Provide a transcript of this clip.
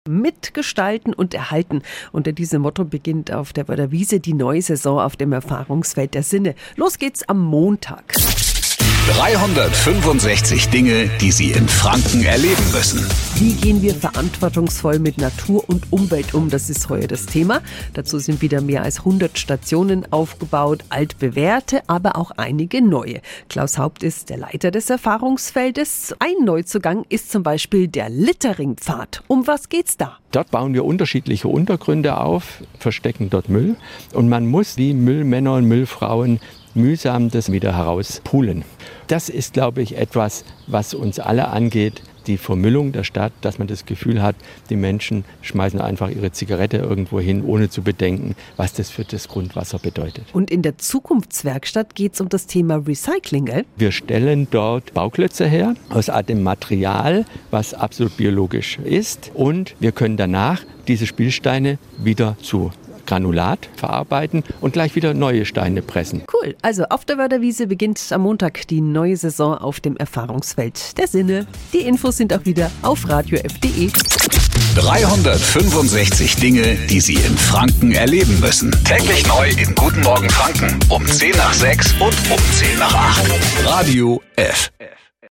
Mitgestalten und erhalten. Unter diesem Motto beginnt auf der Wörderwiese die neue Saison auf dem Erfahrungsfeld der Sinne. Los geht's am Montag. 365 Dinge, die Sie in Franken erleben müssen. Wie gehen wir verantwortungsvoll mit Natur und Umwelt um? Das ist heuer das Thema. Dazu sind wieder mehr als 100 Stationen aufgebaut, altbewährte, aber auch einige neue. Klaus Haupt ist der Leiter des Erfahrungsfeldes. Ein Neuzugang ist zum Beispiel der Litteringpfad. Um was geht's da? Dort bauen wir unterschiedliche Untergründe auf, verstecken dort Müll. Und man muss wie Müllmänner und Müllfrauen mühsam das wieder herauspulen. Das ist, glaube ich, etwas, was uns alle angeht, die Vermüllung der Stadt, dass man das Gefühl hat, die Menschen schmeißen einfach ihre Zigarette irgendwo hin, ohne zu bedenken, was das für das Grundwasser bedeutet. Und in der Zukunftswerkstatt geht es um das Thema Recycling, gell? Wir stellen dort Bauklötze her aus einem Material, was absolut biologisch ist. Und wir können danach diese Spielsteine wieder zu Granulat verarbeiten und gleich wieder neue Steine pressen. Cool, also auf der Wörderwiese beginnt am Montag die neue Saison auf dem Erfahrungsfeld der Sinne. Die Infos sind auch wieder auf radiof.de. 365 Dinge, die Sie in Franken erleben müssen. Täglich neu in Guten Morgen Franken um 10 nach 6 und um 10 nach 8. Radio F.